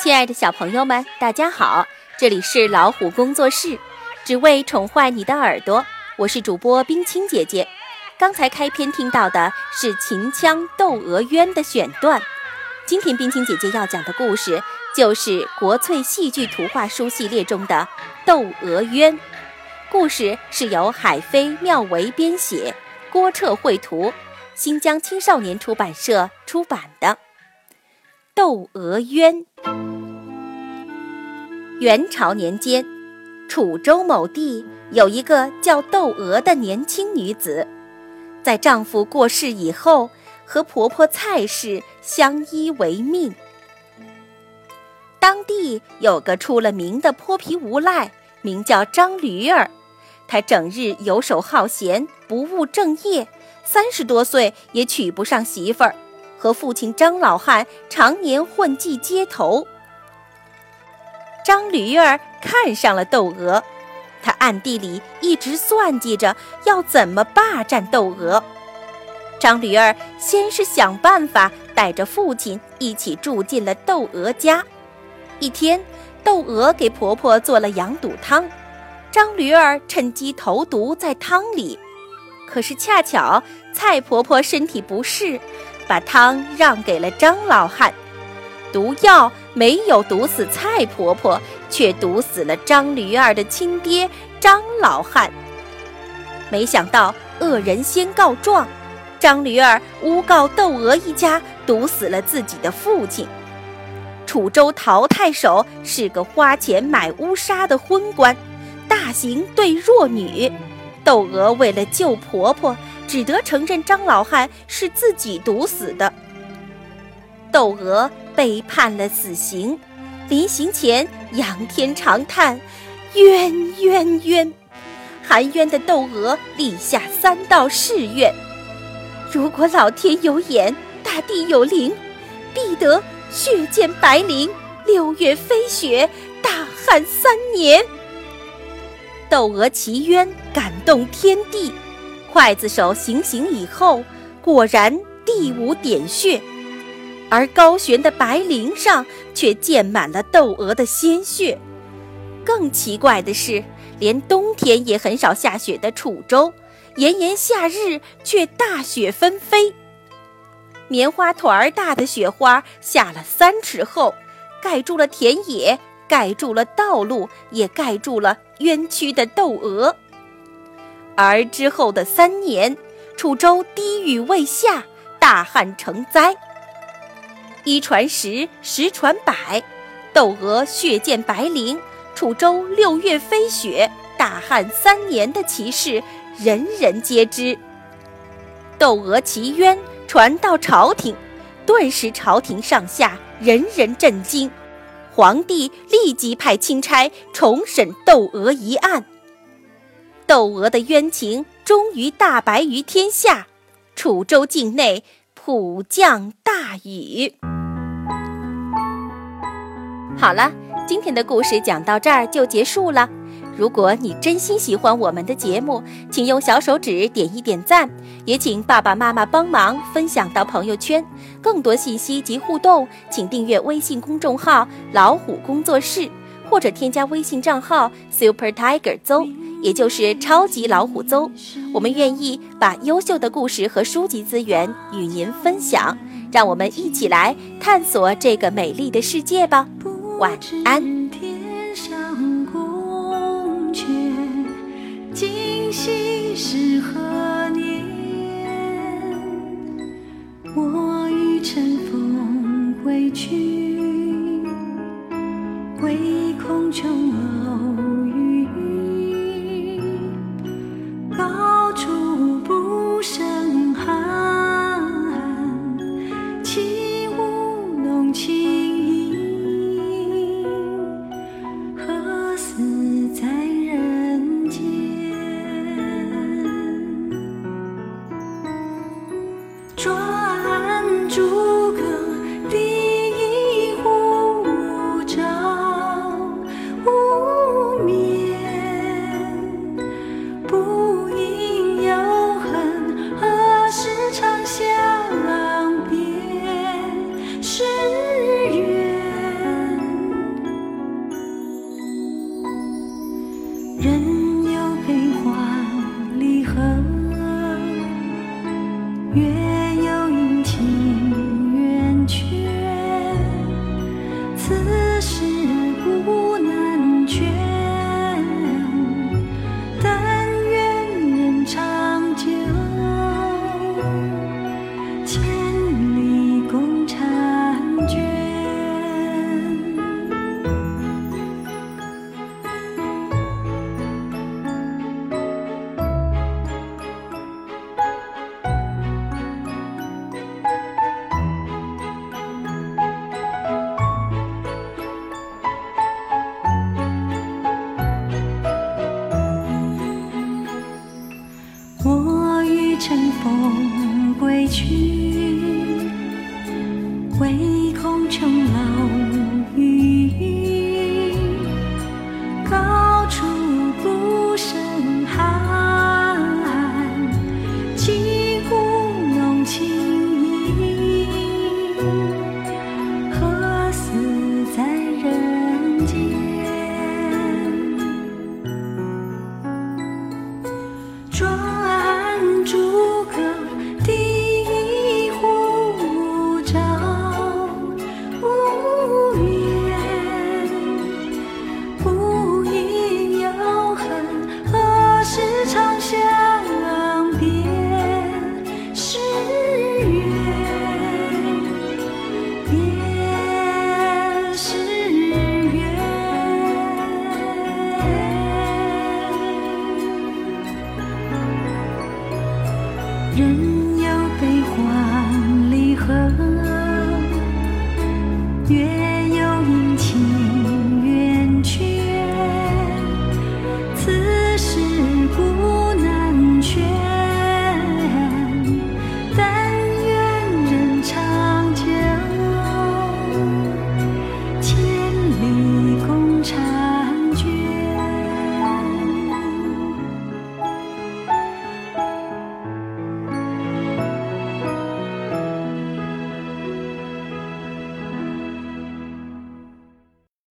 亲爱的小朋友们，大家好，这里是老虎工作室，只为宠坏你的耳朵，我是主播冰清姐姐。刚才开篇听到的是秦腔窦娥冤的选段，今天冰清姐姐要讲的故事就是国粹戏剧图画书系列中的窦娥冤。故事是由海飞、妙维编写，郭彻绘图，新疆青少年出版社出版的。窦娥冤。元朝年间，楚州某地有一个叫窦娥的年轻女子，在丈夫过世以后，和婆婆蔡氏相依为命。当地有个出了名的泼皮无赖，名叫张驴儿，他整日游手好闲，不务正业，30多岁也娶不上媳妇儿，和父亲张老汉常年混迹街头。张驴儿看上了窦娥，他暗地里一直算计着要怎么霸占窦娥。张驴儿先是想办法带着父亲一起住进了窦娥家。一天，窦娥给婆婆做了羊肚汤，张驴儿趁机投毒在汤里。可是恰巧蔡婆婆身体不适，把汤让给了张老汉。毒药没有毒死蔡婆婆，却毒死了张驴儿的亲爹张老汉。没想到恶人先告状，张驴儿诬告窦娥一家毒死了自己的父亲。楚州陶太守是个花钱买乌纱的昏官，大刑对弱女。窦娥为了救婆婆，只得承认张老汉是自己毒死的。窦娥被判了死刑，临刑前仰天长叹：冤冤冤！含冤的窦娥立下3道誓愿：如果老天有眼，大地有灵，必得血溅白绫，6月飞雪，大旱3年。窦娥祈冤感动天地，刽子手行刑以后，果然地无点血，而高悬的白绫上却溅满了窦娥的鲜血。更奇怪的是，连冬天也很少下雪的楚州，炎炎夏日却大雪纷飞。棉花团大的雪花下了3尺厚，盖住了田野，盖住了道路，也盖住了冤屈的窦娥。而之后的3年，楚州滴雨未下，大旱成灾。1传10，10传100，窦娥血溅白绫，楚州6月飞雪，大旱3年的奇事人人皆知。窦娥祈冤传到朝廷，顿时朝廷上下人人震惊。皇帝立即派钦差重审窦娥一案。窦娥的冤情终于大白于天下，楚州境内普降大雨。好了，今天的故事讲到这儿就结束了。如果你真心喜欢我们的节目，请用小手指点一点赞，也请爸爸妈妈帮忙分享到朋友圈。更多信息及互动，请订阅微信公众号老虎工作室，或者添加微信账号 Super Tiger 邹，也就是超级老虎邹。我们愿意把优秀的故事和书籍资源与您分享，让我们一起来探索这个美丽的世界吧。晚安。 天上宫阙，今夕是何年？我欲乘风归去，唯恐琼楼玉宇，高处不胜寒。起舞弄清影，何似在人间？转朱阁，立一壶照无眠。不应有恨，何时长相别？是缘。 月有阴晴圆缺，此事古难全。但愿人长久，千里共婵娟。我欲乘风归去。